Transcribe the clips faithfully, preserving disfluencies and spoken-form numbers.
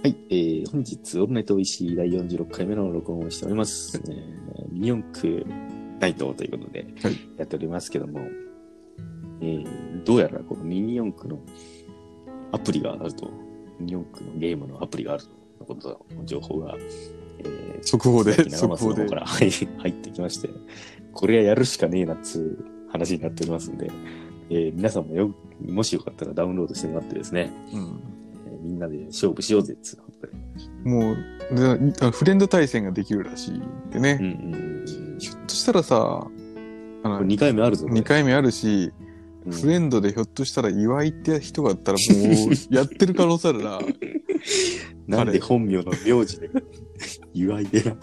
はい、えー、本日、オールナイトおいしいだいよんじゅうろっかいめの録音をしております。えー、ミニ四駆ナイトということで、やっておりますけども、はい、えー、どうやらこのミニ四駆のアプリがあると、ミニ四駆のゲームのアプリがあるとのことの情報が、 えー、速報で、 速報でから入ってきまして、これはやるしかねえなっつう話になっておりますんで、えー、皆さんもよ、もしよかったらダウンロードしてもらってですね、うんみんなで勝負しようぜっつうことで。 もう、フレンド対戦ができるらしいでね。うんうん、ひょっとしたらさ、 あのにかいめあるぞ。 にかいめあるし、うん、フレンドでひょっとしたら岩井って人があったらもうやってる可能性あるな。 なんで本名の名字で岩井でな。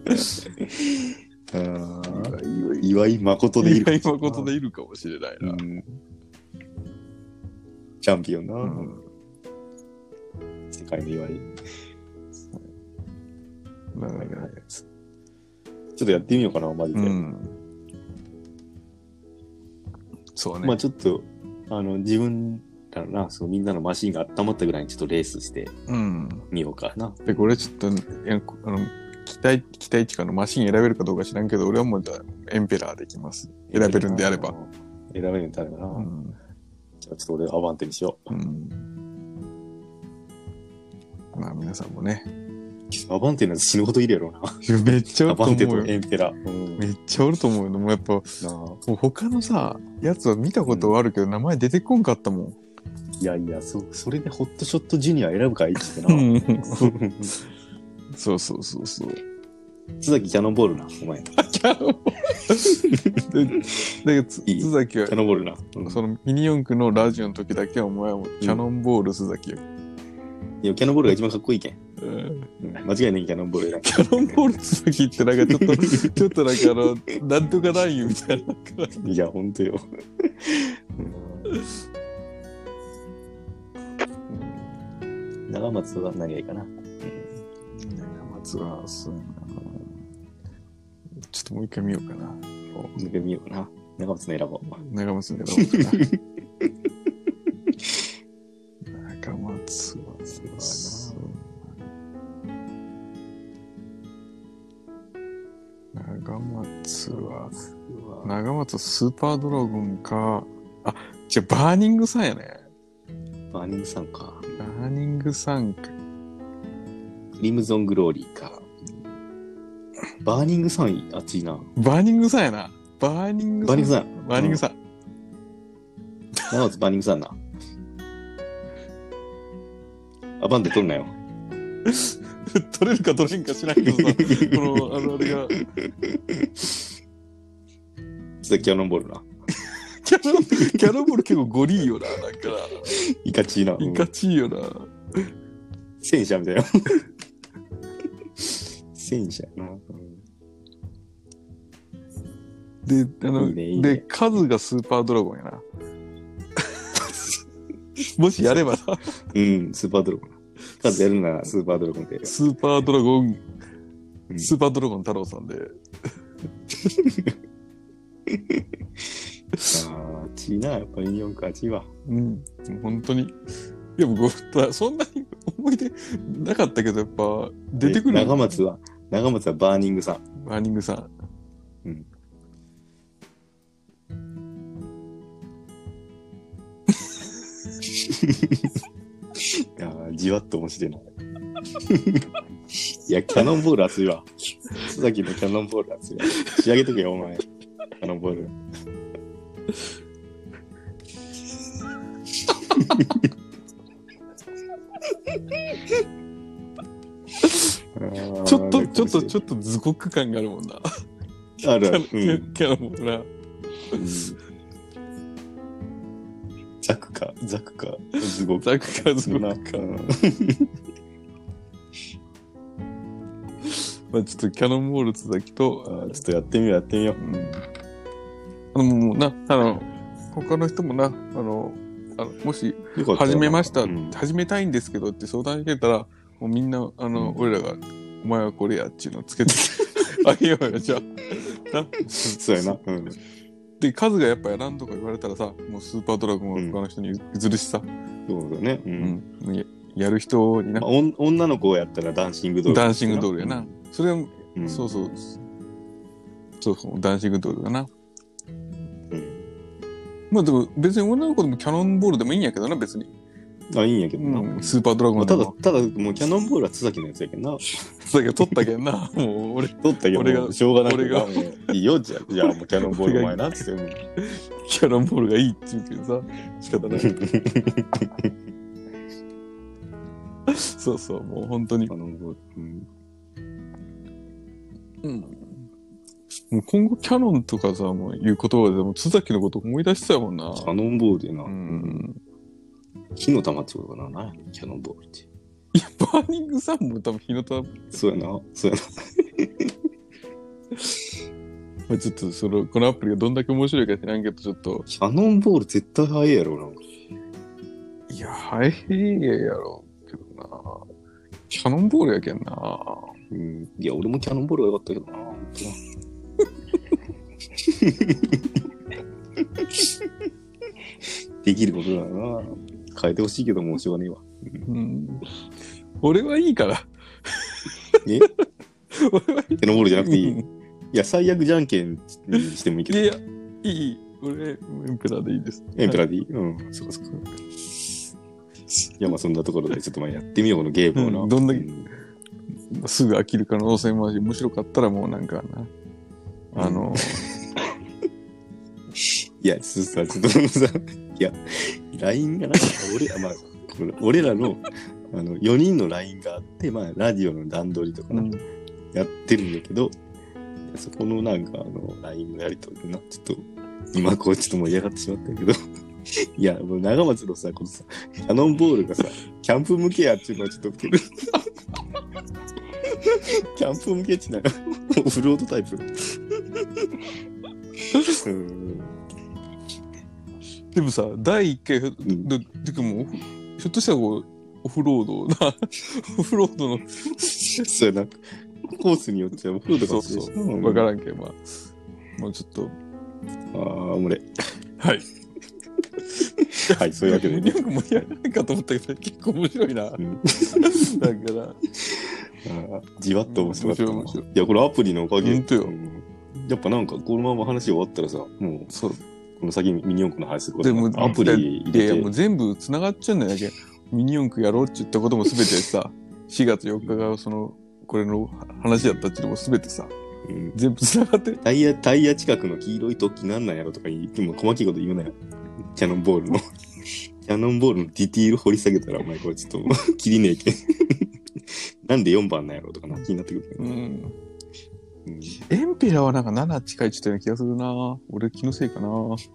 あ岩井誠でいるかもしれない。 岩井誠でいるかもしれないな。うん、 チャンピオンな。うん世界の岩井。なるほど。ちょっとやってみようかな、マジで。うん、 そうね。 まあちょっと、あの、自分らな、そう、みんなのマシンが温まったぐらいにちょっとレースしてみようかな。 うん、で、これちょっと、いやあの、期待、期待値かのマシン選べるかどうか知らんけど、俺はもうエンペラーできます。選べるんであれば。 選べるんであればな。うん、じゃあちょっと俺アバンテにしよう。うんまあ皆さんもね。 アバンテなんて死ぬほどいるやろうな。 めっちゃおると思うよ。アバンテとエンペラ、うん。 めっちゃおると思うよ。もうやっぱ、もう他のさ、やつは見たことはあるけど、うん、名前出てこんかったもん。 いやいや、そ、それでホットショットジュニア選ぶかいってな。 そうそうそうそう。 津崎キャノンボールな、お前。キャノンボールだけど、津崎は、 キャノンボールな。 うん、そのミニ四駆のラジオの時だけはお前はもうキャノンボール津崎よ。 いや、キャノンボールが一番かっこいいけん。うん、間違いないキャノンボールだ。 キャノンボール続きってなんかちょっと、ちょっとなんかあの、なんとかないよみたいな。 いや、ほんとよ。長松は何がいいかな。長松は、そうやな。ちょっともう一回見ようかな。もう一回見ようかな。長松の選ぼう。 長松の選ぼうかな。長松は、長松は、長松スーパードラゴンか、あ、じゃあバーニングさんやね。 バーニングさんか。 バーニングさんか。 クリムゾングローリーか。バーニングさん熱いな。 バーニングさんやな。バーニングさん。 バーニングさん。 バーニングさん。うん、 長松バーニングさんな。アバンテ取るなよ。 取れるか取れんか知らんけどさ、この、あの、あれが。 キャノンボールな。 キャノン、キャノンボール結構ゴリいよな、なんか。 イカチーな。 イカチーよな。 戦車みたいな。戦車な。 で、あの、いいねいいね、で、数がスーパードラゴンやな。もしやればさ。 うん、スーパードラゴン。数やるならスーパードラゴンで。 スーパードラゴン、うん、スーパードラゴン太郎さんで。 ああ、ちいな、やっぱりよんかちいわ。 うん、本当に。いや、僕、そんなに思い出なかったけど、やっぱ、出てくる。 長松は、長松はバーニングさん。 バーニングさん。うん。 いやじわっと面白いな。いや、キャノンボール熱いわ。須崎のキャノンボール熱いわ。仕上げとけよ、お前。キャノンボール。 ちょっと、ちょっと、ちょっとズコック感があるもんな。 あるある。 キャノンボールな。 ザクか、ザクか、ズゴザクか、ズゴか。まあちょっとキャノンボール続きと、 ちょっとやってみよう、やってみよう。 うん、あの、もうな、あの、他の人もな、あの、あのもし、始めました、うん、始めたいんですけどって相談してたら、もうみんな、あの、うん、俺らが、お前はこれやっていうのをつけてあげようよ、じゃあ。なそうやな。うん。 で、数がやっぱやらんとか言われたらさ、もうスーパードラゴンは他の人に譲るしさ。 うん、そうだね。うん。 うん、 やる人にな。 まあ、女の子やったらダンシングドール。 ダンシングドールやな。 うん、 それは、 うん、 そうそう。そうそう、ダンシングドールだな。 うん。 まあでも別に女の子でもキャノンボールでもいいんやけどな、別に。 あ、いいんやけどな。 うん、スーパードラゴンでも。まあ、ただ、ただ、もうキャノンボールは津崎のやつやけどな。 津崎が取ったけんな。もう俺。 取ったけど、 俺がしょうがなく俺がもういいよ、じゃあ、じゃあもうキャノンボールお前なっつっても。 キャノンボールがいいって言うけどさ、仕方ない。そうそう、もう本当に。 キャノンボール。うん。 うん。もう今後キャノンとかさ、もう言う言葉でも津崎のこと思い出しちゃうもんな。 キャノンボールでな。 うん。 火の玉ってことかな。何やねん、キャノンボールって。 いや、バーニングさんも多分火の玉。 そうやな。そうやな。 まあちょっとその、このアプリがどんだけ面白いか知らんけど、ちょっと。 キャノンボール絶対早いやろ、なんか。 いや、早いやろうけどな。キャノンボールやけんな。 うん。いや、俺もキャノンボールが良かったけどな。本当なできることだな。変えてほしいけどもうしょうがねえわ。 うん。うん、俺はいいから。 え俺はいい。キャノンボールじゃなくていい。いや、最悪じゃんけんにしてもいいけど。 いや、いい。俺、エンペラーでいいです。 エンペラーでいい、はい、うん、そこそこ。いや、まあそんなところでちょっとまあやってみよう、このゲームをな。 うん、どんだけ、うん、すぐ飽きる可能性もあるし、面白かったらもうなんかな、あの、うん、 いや、すさ、ちょっとさ、いや、ライン がなんか、俺、まあ、俺らの、あの、よにんの ライン があって、まあ、ラジオの段取りとかな、うん、やってるんだけど、そこのなんか、あの、ライン のやりとりな、ちょっと、今こう、ちょっと盛り上がってしまったけど、いや、もう長松のさ、このさ、キャノンボールがさ、キャンプ向けやっていうのはちょっと受ける。キャンプ向けってなんか、オフロードタイプ。うんでもさ、だいいっかい、うん、でてかもう、ひょっとしたらこう、オフロードな、オフロードの、 そうやな、コースによってはオフロードかもしれない。 そうそう、わ、うん、からんけど、まあ、もうちょっと。 ああ、おもれ。 はい。 はい、そういうわけで、ね。 よく盛り上がるかと思ったけど、結構面白いな。うん、だから。あじわっと面白かったな。いや、これアプリのおかげ。 本当よ、うん。 やっぱなんか、このまま話終わったらさ、もう、そう。この先ミニ四駆の話することでもアプリ入れて。 いやいや、もう全部繋がっちゃうんだよね。ミニ四駆やろうって言ったことも全てさ、しがつよっかがその、これの話やったっていうのも全てさ、うん、全部繋がってる。 タイヤ、タイヤ近くの黄色い突起なんなんやろとか言っても細きいこと言うなよ。キャノンボールの。キャノンボールのディティール掘り下げたら、お前これちょっと、切りねえけん。なんでよんばんなんやろとかな、気になってくる。うん。 うん、エンペラーはなんかなな近いって言ったような気がするな。俺気のせいかな。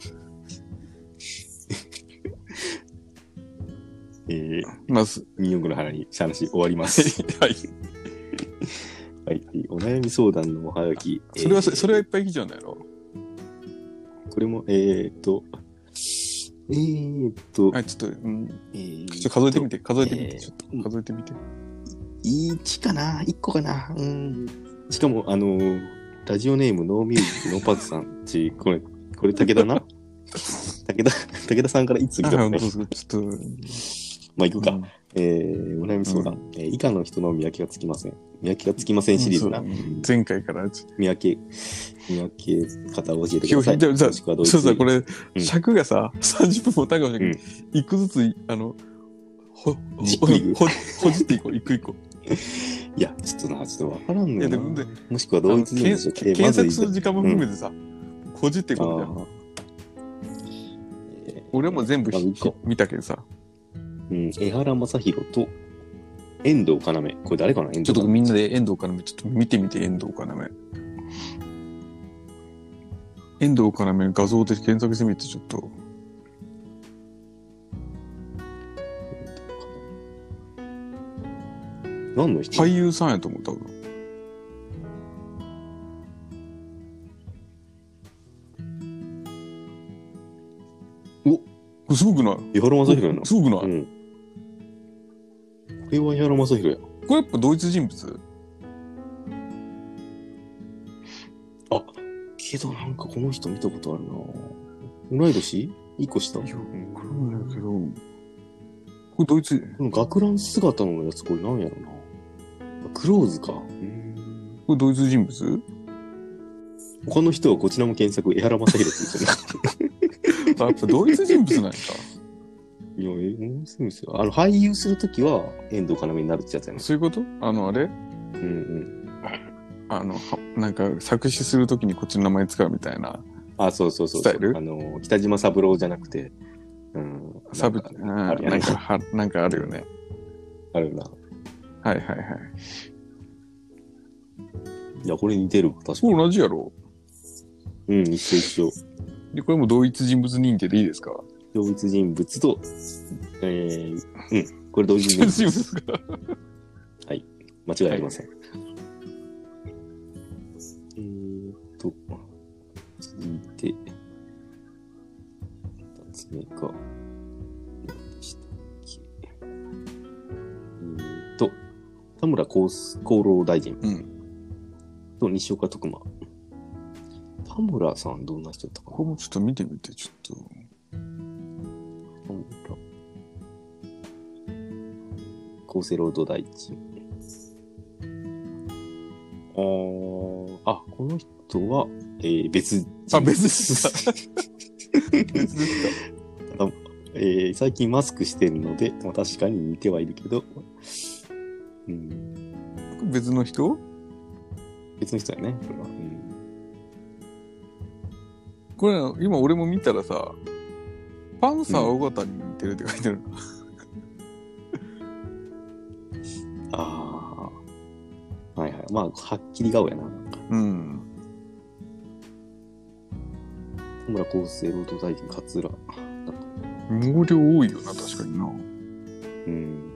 えー、まず、ミニ四駆の話、話終わります。 はい。 はい。お悩み相談のおはがき。 それは、えー、それはいっぱい来ちゃうんだよ。 これも、えー、っと、えー、っと、 あ、ちょっと、うん。えー、ちょっと数えてみて、数えてみて、えー、ちょっと数えてみて。 いちかな ?いっ 個かなうん。しかも、あのー、ラジオネームノーミュージックノーパズさんち、これ、これ武田な武田、武田さんからいつ見たのね。 ちょっと、 まあ、いくか。うん、えー、お悩み相談、うんえー。以下の人の見分けがつきません。見分けがつきませんシリーズな。うん、 前回から。 見分け、見分け方を教えてください。 でもさ、そうさ、これ、うん、尺がさ、さんじゅっぷんもたかもしれないけど、うん、いくずつ、あの、ほ、ほ、ほ、ほじっていこう、いくいこう。 いや、ちょっとな、ちょっとわからんのよな。もしくは同一人物でしょ。検索する時間も含めてさ、ほじっていこうじゃん。俺も全部見たけどさ。 うん、江原正宏と遠藤要。これ誰かな？遠藤ちょっとみんなで遠藤要ちょっと見てみて、遠藤要。遠藤要画像で検索してみて、ちょっと。 何の人？ 俳優さんやと思う、多分。お、すごくない？ 江原正宏やな。 すごくない？うん。 これは江原正宏や。 これやっぱ同一人物？ あ、けどなんかこの人見たことあるな。同い年？一個下？ いや、わかんないけど、 これドイツ。 この学ラン姿のやつ、これなんやろな。クローズか。 これドイツ人物？ 他の人はこちらも検索、江原正宏って言ってあ、やっぱドイツ人物なんや。 いや、え、もうすぐですよ。あの、俳優するときは、遠藤要になるってやつやね。 そういうこと？あの、あれ？ うんうん。 あの、なんか、作詞するときにこっちの名前使うみたいな。 あ、そうそうそう。 スタイル？ あの、北島三郎じゃなくて、うん。 サブ、なんか、なんか、はなんかあるよね。 あるな。 はいはいはい。 いや、これ似てる。確かに。 これ同じやろ？ うん、一緒一緒。 で、これも同一人物認定でいいですか？ 同一人物と、えー、うん、これ同一人物です。 かはい。間違いありません。はい、えーっと、続いて、二つ目が、何でしたっけ。えーっと、田村厚労大臣、うん、と西岡徳馬。田村さんどんな人だったかな。 これもちょっと見てみて、ちょっと。 田村厚生労働大臣。あー、あ、この人は、えー、別人。 あ、別ですか。別ですか。 えー、最近マスクしてるので、まあ、確かに似てはいるけど、うん、 別の人？ 別の人やね、これは。うん、 これ、今俺も見たらさ、パンサー尾形に似てるって書いてある。うん、 ああ。はいはい。まあ、はっきり顔やな、なんか。 うん。 田村厚生労働大臣、桂。 毛量多いよな、確かにな。うん。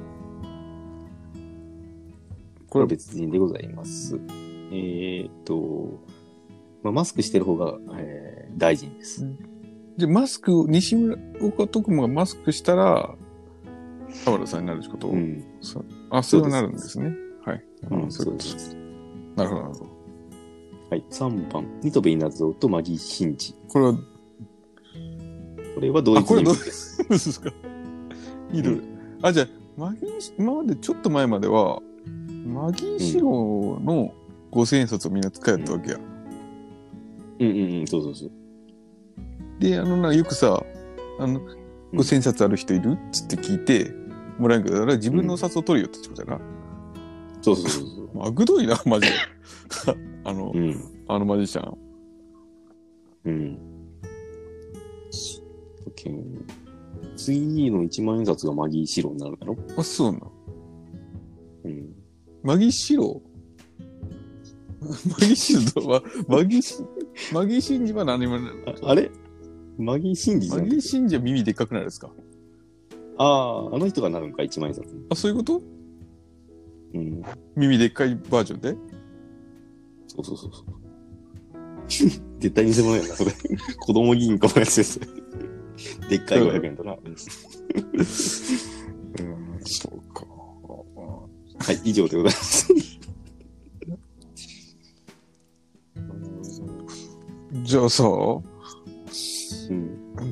これは別人でございます。えー、っと、まあ、マスクしてる方が、えー、大臣です。 じゃあ、マスク、西村岡徳馬がマスクしたら、田村さんになるってこと？うん。あ、そうなるんですね。はい。 うん、そうです。 なるほど、なるほど。 はい。さんばん、新戸稲造とマギー・シンジ。 これは、 これは同一人物です。 あ、これどうですか？いいどれ、うん、あ、じゃあ、マギー、今までちょっと前までは、マギー四郎の五千円札をみんな使いやったわけや。 うん、うん、うんうん、そうそうそう。 で、あのな、よくさ、あの、五千円札ある人いるっつって聞いてもらえんけど、だから自分の札を取るよってことやな。うん、 そうそうそうそう。 まあ、くどいな、マジで。あの、うん、あのマジシャン。 うん。次の一万円札がマギー四郎になるだろ？ あ、そうな。 うん。 マギー四郎？マギー四郎は、マギーシ、マギーシンジは何もなる？ あ、あれマギーシンジじゃん。 マギーシンジは耳でっかくないですか？ ああ、あの人がなるんか、一万円札。 あ、そういうこと？ うん。 耳でっかいバージョンで？ そうそうそうそう。絶対偽物やな、それ。子供銀行のやつです。でっかいごひゃくえんとな。うん、 そうか。 はい、以上でございます。 じゃあさ、 うん。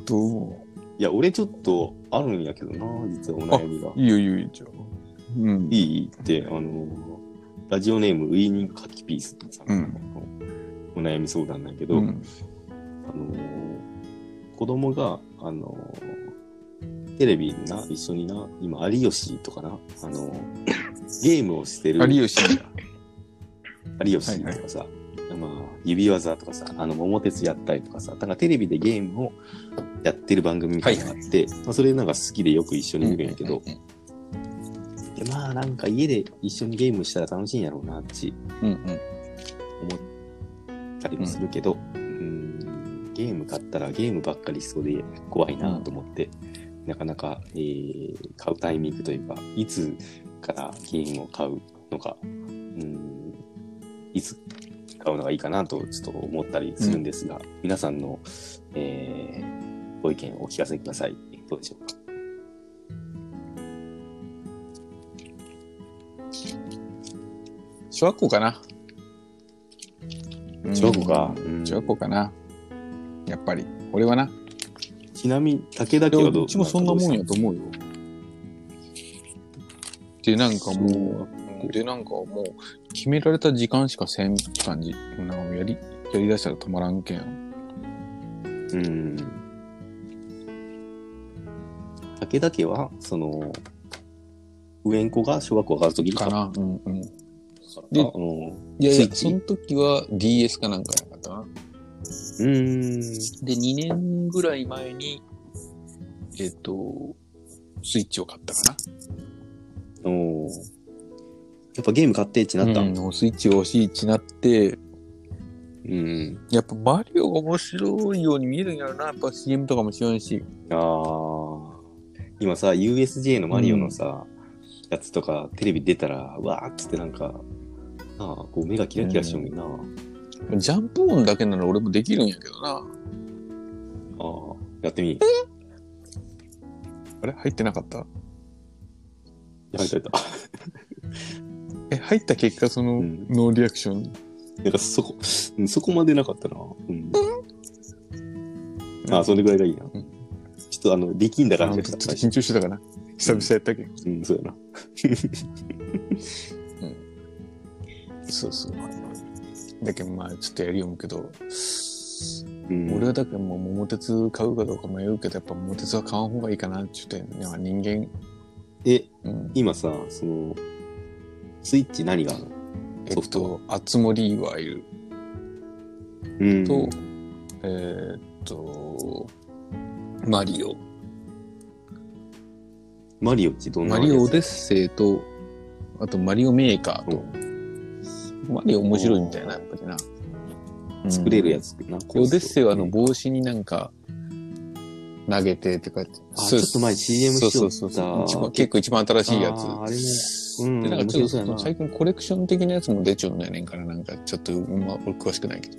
どう？ いや、俺ちょっとあるんやけどな、実はお悩みが。 いいよいいよいいじゃん。 うん。いいって、あの、ラジオネームウイニングカキピースってさ、うん、お悩み相談なんやけど、うん、あのー、子供が、あのー、テレビにな、一緒にな、今、有吉とかな、あのー、ゲームをしてる。 有吉や。 有吉とかさ、はいはい、まあ、指技とかさ、あの、桃鉄やったりとかさ、だからテレビでゲームをやってる番組みたいなのがあって、はいはい、まあ、それなんか好きでよく一緒に見るんやけど、うんうんうん、でまあ、なんか家で一緒にゲームしたら楽しいんやろうなって、うんうん、思ったりもするけど、うん、うんゲーム買ったらゲームばっかりしそうで怖いなと思って、うん、なかなか、えー、買うタイミングというか、いつからゲームを買うのか、うん、いつ買うのがいいかなとちょっと思ったりするんですが、うん、皆さんの、えー、ご意見をお聞かせください。どうでしょうか。 小学校かな。 小学校か。 小学校かな。やっぱり。俺はな。 ちなみに、武田家はどう？ うちもそんなもんやと思うよ。 で、なんかもう、で、なんかもう、決められた時間しかせん感じ。なんかやり、やり出したら止まらんけん。 うん。武田家は、その、上ん子が小学校上がるときかな。うんうん。 で、 であの、 いやいや、その時は ディーエス かなんかやなかったな。 うーん。 で、にねんぐらい前に、えっと、スイッチを買ったかな。 おー。やっぱゲーム買ってってなったん、 うん、スイッチ欲しいってなって、 うん。 やっぱマリオが面白いように見えるんやろな。やっぱ シーエム とかもしようし。 ああ。今さ、ユーエスジェー のマリオのさ、うん、やつとかテレビ出たら、うわーっつってなんか、ああ、こう目がキラキラしようにな、 うん。ジャンプ音だけなら俺もできるんやけどな。ああ、やってみ。 あれ入ってなかった？ 入った入った。 え、入った結果、その、うん、ノーリアクション。 なんかそこ、そこまでなかったな。うん。うん、ああ、それぐらいがいいな。うん、ちょっとあの、力んだ感じがした。 ちょっと緊張してたかな。久々やったけど。 うん、うん、そうやな。 うん。そうそう。だけどまあ、ちょっとやり読むけど、うん、俺はだけどもう桃鉄買うかどうか迷うけど、やっぱ桃鉄は買わん方がいいかなって言って、ね、人間。 え、うん、今さ、その、スイッチ何があるの？ えっと、あつ森ワイルうんと、えー、っと、マリオ。 マリオってどんなマリオオデッセイと、あとマリオメーカーと、うん、マリオ面白いみたいな、やっぱりな。 作れるやつな。 オデッセイはあの帽子になんか投げてってか、 あ、ちょっと前 シーエム しよった。そうそうそう。 結構一番新しいやつ。 あ, あれも、うん、 で、なんかちょっと最近コレクション的なやつも出ちゃうんだよねんから、なんかちょっと、まあ、俺詳しくないけど。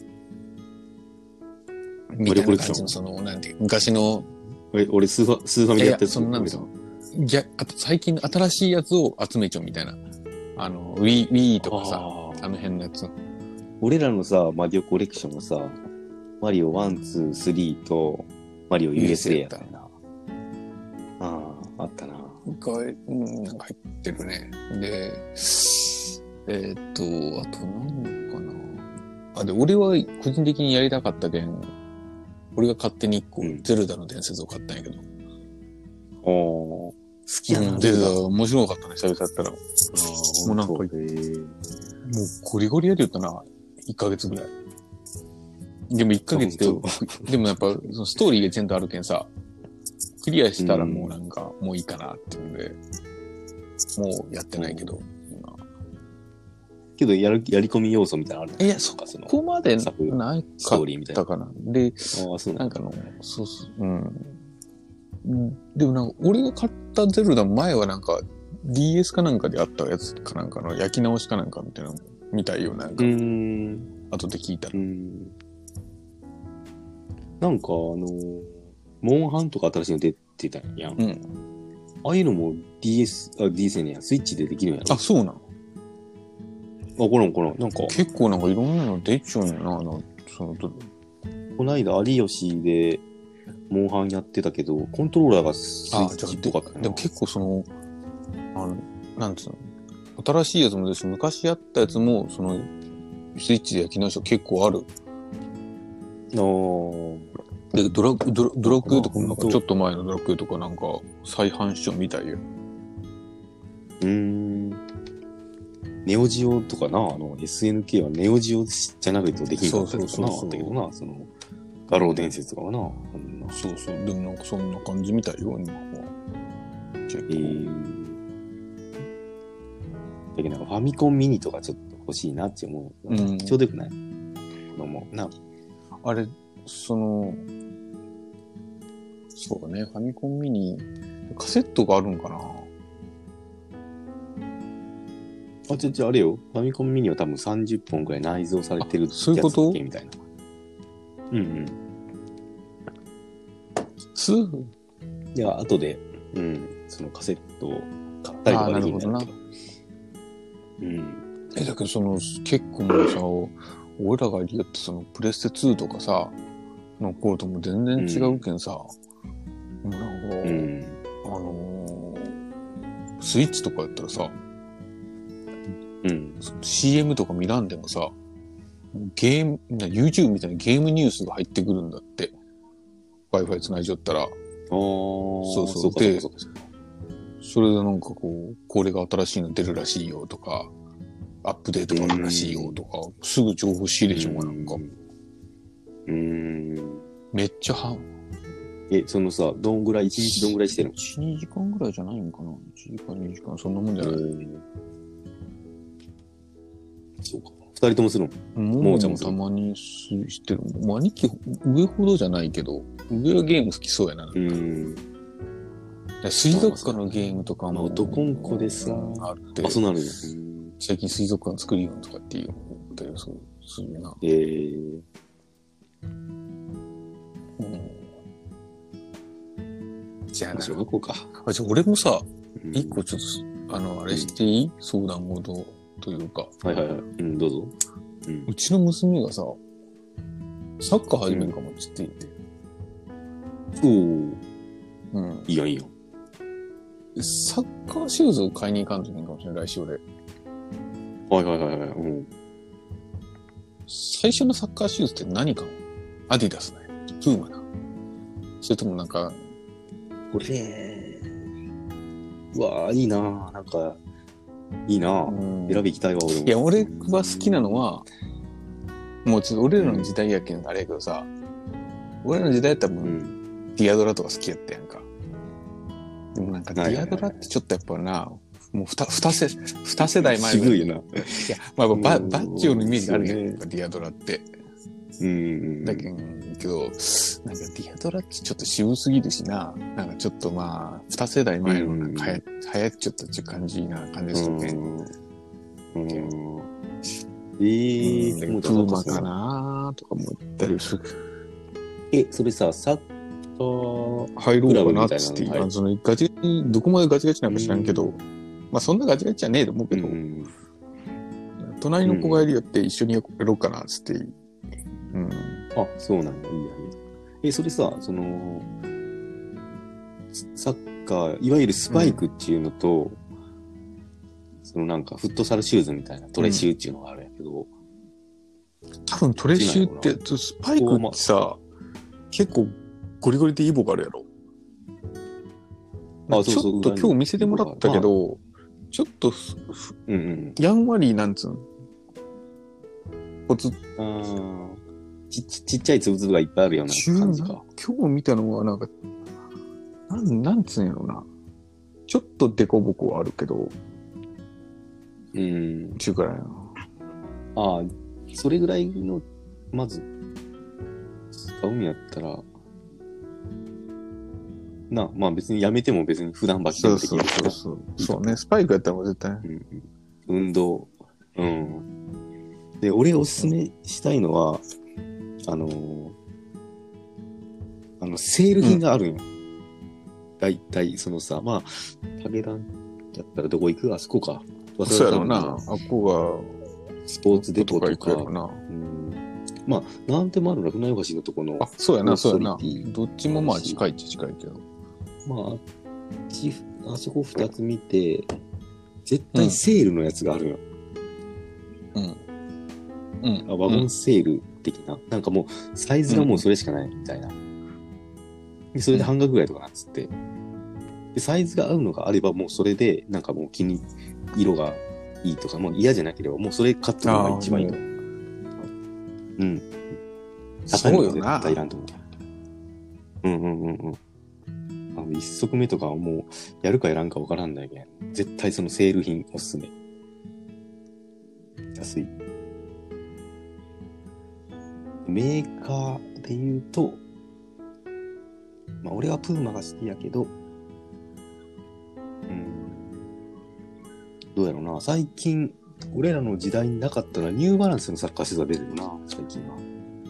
みたいな感じの、その、なんていう、昔の。 え、俺スーファ、スーファミでやってる。 そんなんですよ。じゃ、あと最近の新しいやつを集めちゃうみたいな。あの、Wii、Wii とかさ、あ, あの辺のやつ。 俺らのさ、マリオコレクションはさ、マリオワン、ツー、スリーと、マリオ ユーエスエー やったよな。ああ、あったな。 が、うん、なんか入ってるね。で、えー、っと、あと何かな。あ、で、俺は個人的にやりたかったけん、俺が勝手に一個、うん、ゼルダの伝説を買ったんやけど。 ああ、好きやな、 うん、ゼルダ面白かったね、久々やったら。ああ、もうなんか、もうゴリゴリやりよったな。いっかげつぐらい。でもいっかげつで、でもやっぱそのストーリーがちゃんとあるけんさ、クリアしたらもうなんか、うん、もういいかなっていうんで、もうやってないけど、今。 けどやる、やり込み要素みたいなのある？ いや、そこまでないかったかな。で、 ああ、そうなんかの、そうそう、うん。でもなんか、俺が買ったゼルダ前はなんか、ディーエス かなんかであったやつかなんかの焼き直しかなんかみたいなの見たいよ、なんか。 うーん。 後で聞いたら。 うん。なんかあの、モンハンとか新しいの出てたんやん。 うん。 ああいうのも ディーエス、あ、ディーエス ねや、スイッチでできるんやろ。 あ、そうなの？ あ、こらんこらん。なんか。 結構なんかいろんなの出ちゃうんやな、あの、その、 こないだ有吉で、モンハンやってたけど、コントローラーがスイッチっぽかったな。 でも結構その、あの、なんつうの、新しいやつもですし、昔やったやつも、その、スイッチで焼き直しは結構ある。 あー。 で、ドラ、ドラ、ドラクエとかもなんかちょっと前のドラクエとかなんか再販しようみたいよ。 うーん。ネオジオとかな、あの エスエヌケー はネオジオじゃなくてできんかったりとかな、あったけどな、その、画廊伝説とかはな、あんな。 そうそう、でもなんかそんな感じみたいよ、今は。 えー。だけどなんかファミコンミニとかちょっと欲しいなって思う。うん、ちょうどよくない？子供な。 あれ、その、そうだね、ファミコンミニ、カセットがあるんかな？ あ、ちょ、ちょ、あれよ。ファミコンミニは多分さんじゅっぽんくらい内蔵されてるやつそういうことみたいな。うんうん。 すぐいや、後で、うん、そのカセットを買ったりとかできるんだけど。うん。 え、だけどその、結構もうさ、俺らがやってそのプレステツーとかさ、の頃とも全然違うけんさ、うん、もうなんか、うん、あのー、 スイッチとかやったらさ、 うん。 シーエム とか見らんでもさ、ゲーム、YouTube みたいなゲームニュースが入ってくるんだって。Wi-Fi 繋いじゃったら。 ああ、 そうそう。 そうかで、 そうかそうか。 それでなんかこう、これが新しいの出るらしいよとか、アップデートがあるらしいよとか、すぐ情報仕入れちゃうがなんか。 うーん。 めっちゃは、 え、そのさ、どんぐらい、いちにちどんぐらいしてるの？ いち、にじかんぐらいじゃないのかな ?いち 時間、にじかん、そんなもんじゃない。 そうか。二人ともするの？ もうちゃんもたまにしてる。もう兄貴、上ほどじゃないけど、上はゲーム好きそうやな。なんかうん。 水族館のゲームとかも。 男ん子でさ、 あって。 あ、そうなるよ。 最近水族館作るよとかっていうのを言ったりするな。 えー。 うん。じゃあな。 小学校か。 あ、じゃあ俺もさ、一、うん、個ちょっと、あの、あれしていい、うん、相談事というか。 はいはいはい。うん、どうぞ。 うん、うちの娘がさ、サッカー始めるかもって言っていて。 うん、おー。 うん。 いいよいいよ。 サッカーシューズを買いに行かんといけんかもしれない、来週俺。 はいはいはいはい。うん。 最初のサッカーシューズって何かアディダスね。プーマな。それともなんか、 これ、うわぁ、いいなぁ。なんか、いいなぁ。選び行きたいわ、俺も。 いや、俺は好きなのは、もうちょっと俺らの時代やけんあれやけどさ、俺らの時代やったらもう、うん、ディアドラとか好きやったやんか。でもなんかディアドラってちょっとやっぱな、もう二、二世、二世代前。 渋いよな。いや、まあバ、バッチオのイメージがあるやん、ね、ディアドラって。 うん。 だけど、なんかディアドラってちょっと渋すぎるしな、なんかちょっとまあ、二世代前のなんか流行、流行っちゃったっていう感じな感じですよね。 うん。えー、 でもプーマかなとかも言ったりする。 え、それさ、サッカー入ろうかなって言って、そのガチ、どこまでガチガチなんか知らんけど、まあそんなガチガチじゃねえと思うけど、隣の子がいるよって一緒にやろうかなって言って、うん。 あ、そうなんだ。いいや、いいや。え、それさ、その、サッカー、いわゆるスパイクっていうのと、うん、そのなんかフットサルシューズみたいなトレシューっていうのがあるんやけど、うん、 多分トレシューって、スパイクってさ、結構ゴリゴリでイボがあるやろ。あ、そうそう。ちょっと今日見せてもらったけど、ちょっと、うんうん、やんわりなんつうの。ポツあち, ちっちゃいつぶつぶがいっぱいあるような感じか。 今日見たのはなんか、なん、なんつうんやろな。ちょっとデコボコはあるけど、 うん。 中くらいな。 ああ、それぐらいの、まず、使うんやったら、な、まあ別にやめても別に普段履きでもできるから。 そうそうそう。そうね、スパイクやったらもう絶対。 うん、運動。うん。で、俺おすすめしたいのは、あのー、あの、セール品があるんよ。だいたい、そのさ、まあ、武田やったらどこ行く？あそこか。 そうやろうな。あっこが、スポーツデポとか。 とかな。 うん、まあ、なんでもあるな、船橋のとこの。 あ、そうやな、そうやな。どっちもまあ近いっちゃ近いけど。 まあ、あっち、あそこ二つ見て、絶対セールのやつがあるよ。 うん。うん。 あ、ワゴンセール的な。うん、なんかもう、サイズがもうそれしかないみたいな。で、それで半額ぐらいとかなんつって。で、サイズが合うのがあれば、もうそれで、なんかもう気に、色がいいとか、もう嫌じゃなければ、もうそれ買ったのが一番いいと。うん。高いの絶対いらんと思う。うんうんうんうん。あの、一足目とかはもう、やるかやらんかわからんだけど、絶対そのセール品おすすめ。安い。メーカーで言うと、まあ俺はプーマが好きやけど、うん、どうやろうな。最近、俺らの時代になかったらニューバランスのサッカーシューズが出るよな、最近は。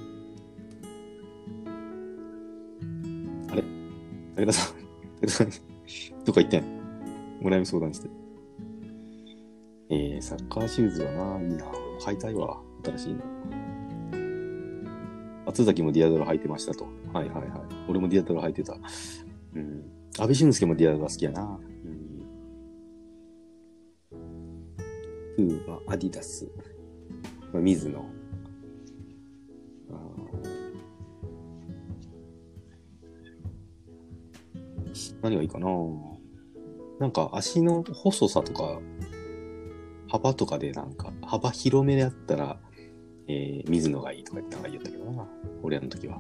あれ武田さん、武田さん、どっか行ってん？お悩み相談して。えー、サッカーシューズはな、いいな。買いたいわ、新しいの。松崎もディアドラ履いてましたと。はいはいはい。俺もディアドラ履いてた。うん。安倍俊介もディアドラ好きやな。うん。 プーマ、アディダス、まあ、水野。あ何がいいかな。なんか足の細さとか幅とかでなんか幅広めでやったら、えー、水野がいいとか言って言ったけどな。俺らの時は。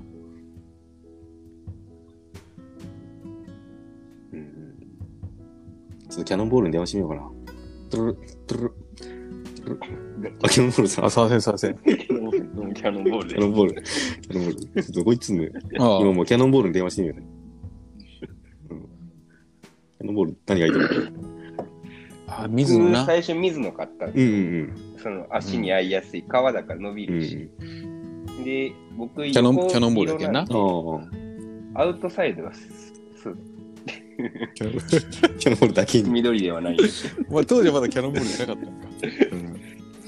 うん。ちょっとキャノンボールに電話してみようかな。トゥルルトゥルルトゥルルあ、キャノンボールさん。 あ、させんさせん。 キャノンボールで。 キャノンボール。キャノンボール。どこ行っつんのよ。今もうキャノンボールに電話してみようね。うん、キャノンボール何がいいと思う？ あ、水野な。 最初水野買ったんですよ。うんうんうん。その足に合いやすい、革だから伸びるし。うん、で、僕、 キャノン、キャノンボールだけな。 アウトサイドがす、 キャノンボールだけに。 緑ではない。 まあ、当時はまだキャノンボールじゃなかったのか。うん、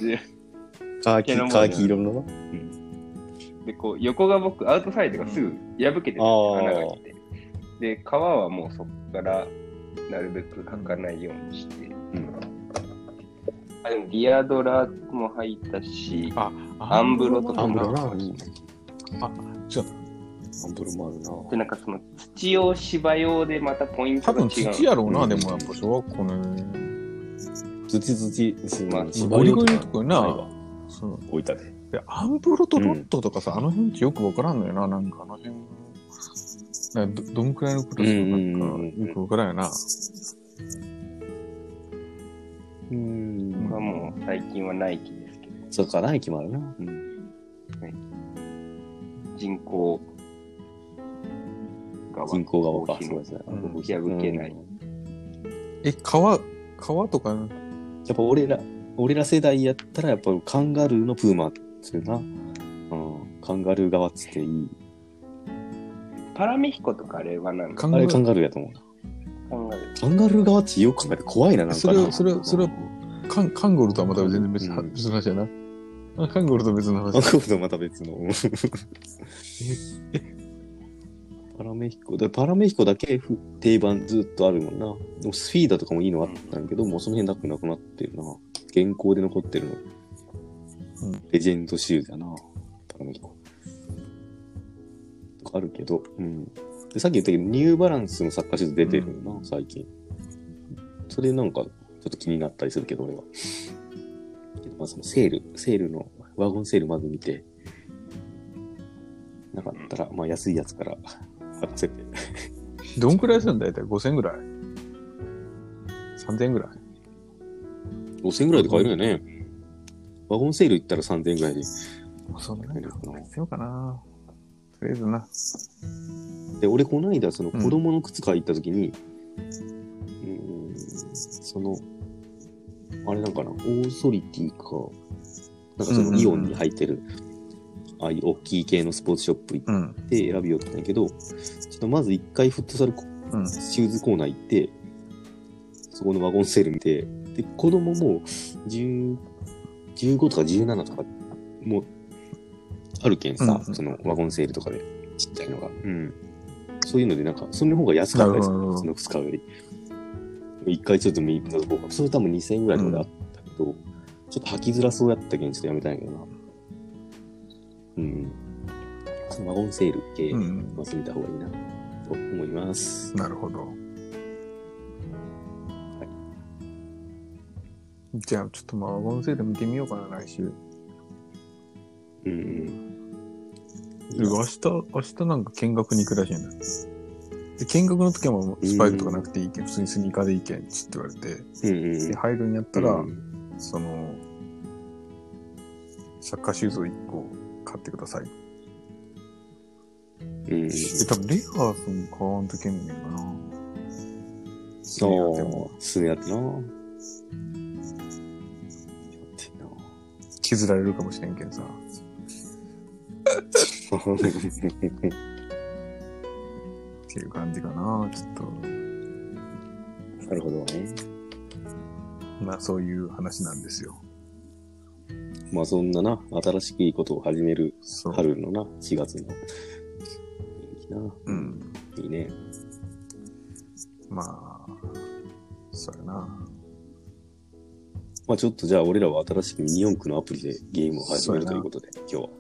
でカーキ、カーキ色のな。うん、 で、こう、横が僕、アウトサイドがすぐ破けてた、うん、穴が来て。で、革はもうそこからなるべく履かないようにして。うん、あでもディアドラも履いたし、あアンブロとかアンブロな。 あ、じゃあ、 アンブロもあるな。 で、なんかその土用芝用でまたポイントが違う。 多分土やろうな、うん、でもやっぱ小学校ね。 土土、 まあ、ゴリゴリのとこにな、 置いたで。 で、アンブロとロットとかさ、うん、あの辺ってよくわからんのよな、なんかあの辺。ど, どんくらいのクラスなのかよくわからんよな。 うん。まあもう最近はナイキですけど。 そうか、ナイキもあるな。うん、 ナイキ人工側。 人工側か。そうですね。 破けない。 え、革、革とかやっぱ俺ら、俺ら世代やったらやっぱカンガルーのプーマっていうな。うん。カンガルー側っつっていい。 パラメヒコとかあれは何かあれカンガルーやと思うな。 カンガルー。 カンガルー側ってよく考えて怖いな、なんかな。 それは、それは、それは、カン、カンゴルとはまた全然別の、うん、別の話やな。あ、カンゴルと別の話。 カンゴルとまた別の。えパラメヒコ。だパラメヒコだけ定番ずっとあるもんな。でもスフィーダとかもいいのあったんだけど、うん、もうその辺なくなくなってるな。現行で残ってるの。うん、レジェンドシューズだな。パラメヒコ。あるけど、うん。で、さっき言ったけど、ニューバランスのサッカーシューズ出てるな、うん、最近。それなんか、ちょっと気になったりするけど、俺は。まあ、そのセール、セールの、ワゴンセールまず見て、なかったら、まあ、安いやつから買せて。 どんくらいするんだいたいごせんえんぐらい ?さんぜんえんぐらい ? ごせんえんぐらいで買えるよね。ワゴンセール行ったらさんぜんえんぐらいで。 そうだね。必要かな。とりあえずな。 で、俺この間、その子供の靴買い行った時に、うん、うんその、あれなんかな、オーソリティか、なんかそのイオンに入ってる、うんうんうん、ああいう大きい系のスポーツショップ行って選びよったんやけど、うん、ちょっとまず一回フットサル、うん、シューズコーナー行って、そこのワゴンセール見て、で、子供もじゅう、じゅうごとかじゅうななとか、もう、あるけんさ、うんうん、そのワゴンセールとかで、ちっちゃいのが。うん。そういうので、なんか、その方が安かったですよ、その靴買うより。一回ちょっと見たとこそれ多分にせんえんぐらいとかであったけど、うん、ちょっと履きづらそうやったけん、ちょっとやめたんやけどな。うん。そのワゴンセール系、うん、まず見た方がいいな、と思います。 なるほど。はい。じゃあ、ちょっとまあ、ワゴンセール見てみようかな、来週。 うん。 明日、明日なんか見学に行くらしいんだ。で、見学の時はもうスパイクとかなくていいけん、普通にスニーカーでいいけん、つって言われて、うんうん、で、入るんやったら、うん、その、サッカーシューズをいっこ買ってください。うん。で、多分レガースも買わんといけんねんかな。 そう、すぐやってな。やってな。削られるかもしれんけんさ。っていう感じかな、ちょっと。 なるほどね。 まあそういう話なんですよ。 まあそんなな、新しいことを始める春のな、しがつの。いいな。うん。いいね。 まあ、そうやな。 まあちょっとじゃあ俺らは新しくミニ四駆のアプリでゲームを始めるということで、今日は。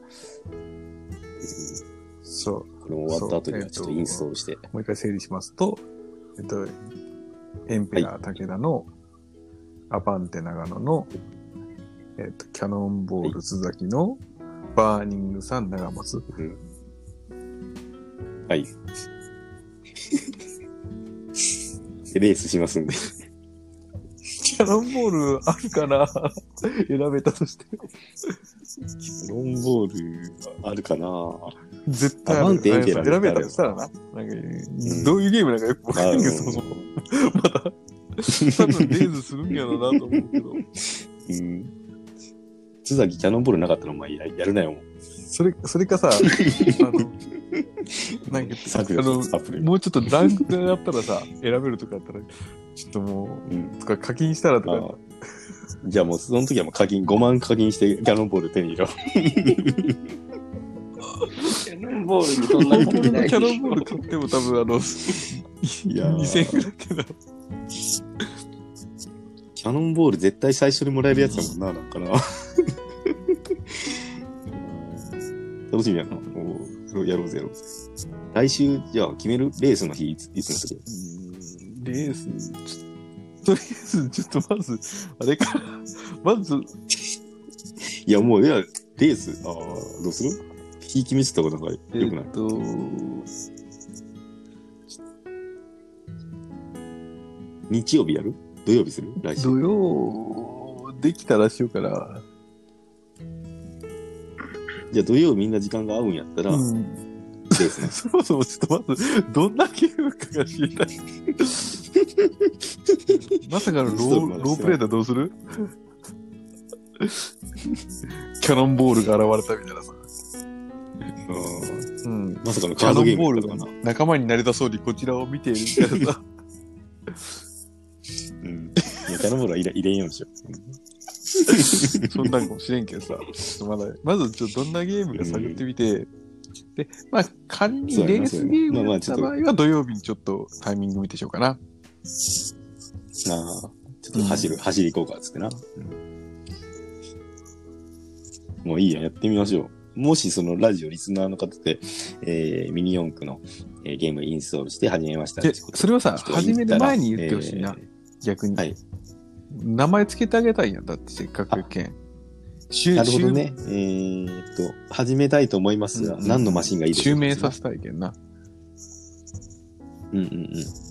そう。 これも終わった後にはちょっとインストールして。えー、 もう一回整理しますと、えっと、エンペラー武田の、はい、アパンテ長野の、えっと、キャノンボール須崎の、はい、バーニングさん長松。うん、 はい。レースしますんで。 キャノンボールあるかな選べたとして。 キャノンボールあるかな絶対ある。選べたよ。したらな。なんか、うん、どういうゲームなんかよくわかんないけど、その、まだ、多分レースするんやろなと思うけど。うん。 津崎キャノンボールなかったらお前 や, やるなよ。 それ、それかさ、あの、なんか、あの、もうちょっとランクでやったらさ、選べるとかあったら、ちょっともう、うん、とか課金したらとか。 じゃあもうその時はもう課金、ごまん課金してキャノンボール手に入れろ。 キャノンボールにそんなキャノンボール買っても多分あの、いやにせんえんくらいってな。 キャノンボール絶対最初にもらえるやつだもんな、なんかな。楽しみやな。おやろうぜやろうぜ。来週、じゃあ決めるレースの日いつ、いつにする？ レース、ちょとりあえず、ちょっとまず、あれか、まず、 いやもう、いや、レース、ああ、どうする？日決めてた方がなんか良くない？えっと、日曜日やる？土曜日する？来週。 土曜、できたらしようかな。 じゃあ土曜みんな時間が合うんやったら、うん、ですね。 そもそもちょっとまず、どんなゲームかが知りたい。まさかのロー、ロープレイだどうする？キャノンボールが現れたみたいなさ。 うん、まさかのカードゲームだったかな。 仲間になれたそうにこちらを見ているみたいなさ。 うん。いや、キャノンボールは入れ、入れんようにしよう。 そんなんかもしれんけどさ、ちょっとまだ、まずちょっとどんなゲームか探ってみて、うん、で、まあ、仮にレースゲームだった場合は土曜日にちょっとタイミング見てしようかな。ああ、 ちょっと走る、うん、走り行こうかっつってな、うん。もういいや、やってみましょう。もしそのラジオリスナーの方で、えー、ミニ四駆の、えー、ゲームインストールして始めました。 それはさ、始める前に言ってほしいな、えー、逆に。はい。名前つけてあげたいんや。だってせっかくけん。 なるほどね。えー、っと、始めたいと思いますが、うんうん、何のマシンがいいですか？ 襲名させたいけんな。 うんうんうん。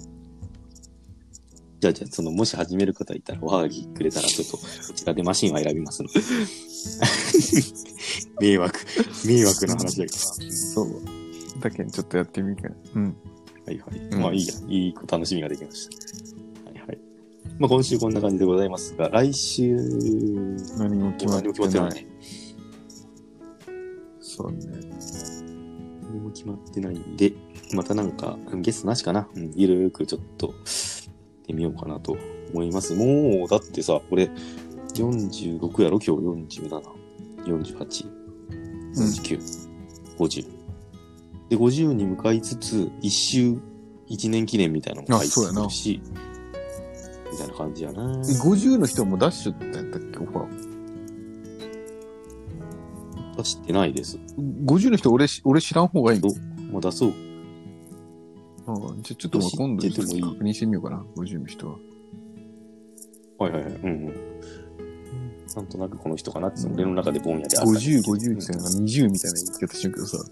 じゃあじゃあ、その、もし始める方いたらおはがきくれたら、ちょっと、こちらでマシンは選びますので。迷惑、迷惑な話だけどな。 そう。だけん、ちょっとやってみるか。うん。 はいはい。うん、まあいいや。いい楽しみができました。はいはい。まあ今週こんな感じでございますが、来週、 何も決まってない。何も決まってない。そうね。 何も決まってないんで、またなんか、ゲストなしかな。うん、ゆるーくちょっと、やってみようかなと思います。もう、だってさ、これ、よんじゅうろくやろ？今日よんじゅうなな、よんじゅうはち、よんじゅうきゅう、うん、ごじゅう。で、ごじゅうに向かいつつ、一周、一年記念みたいなのも入ってくるし、みたいな感じやな。 ごじゅうの人もダッシュってやったっけ、オファー。 出してないです。 ごじゅうの人俺、俺知らん方がいいの？ まあ出そう。 ああ、じゃあちょっと今度確認してみようかな、ごじゅうの人は。 はいはいはい。うんうん。なんとなくこの人かなって、俺の中でぼんやりあった。 ごじゅう、ごじゅうって言ったらにじゅうみたいな言い方してるけどさ。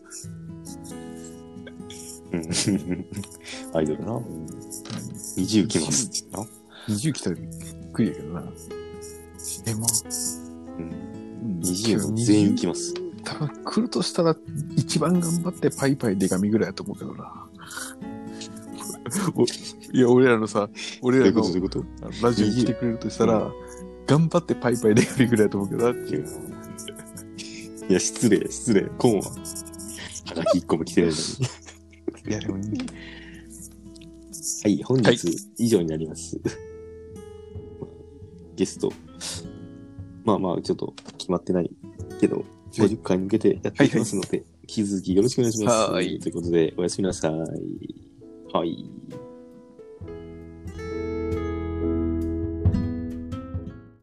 うん。アイドルな。うん、にじゅう来ますって言うな。 にじゅう来たらびっくりやけどな。え、まあ。 うん。にじゅう全員来ます。 多分来るとしたら一番頑張ってパイパイデカミぐらいやと思うけどな。いや、俺らのさ、俺らのラジオに来てくれるとしたら、うん、頑張ってパイパイデカミぐらいやと思うけどなっていう。 いや、失礼、失礼。コーンは。はがき一個も来てないのに。 いや、でもいい。 はい、本日以上になります。はい、ゲスト。まあまあ、ちょっと決まってないけど、ごじゅっかいに向けてやっていきますので、はいはい、引き続きよろしくお願いします。はい。ということで、おやすみなさい。はい。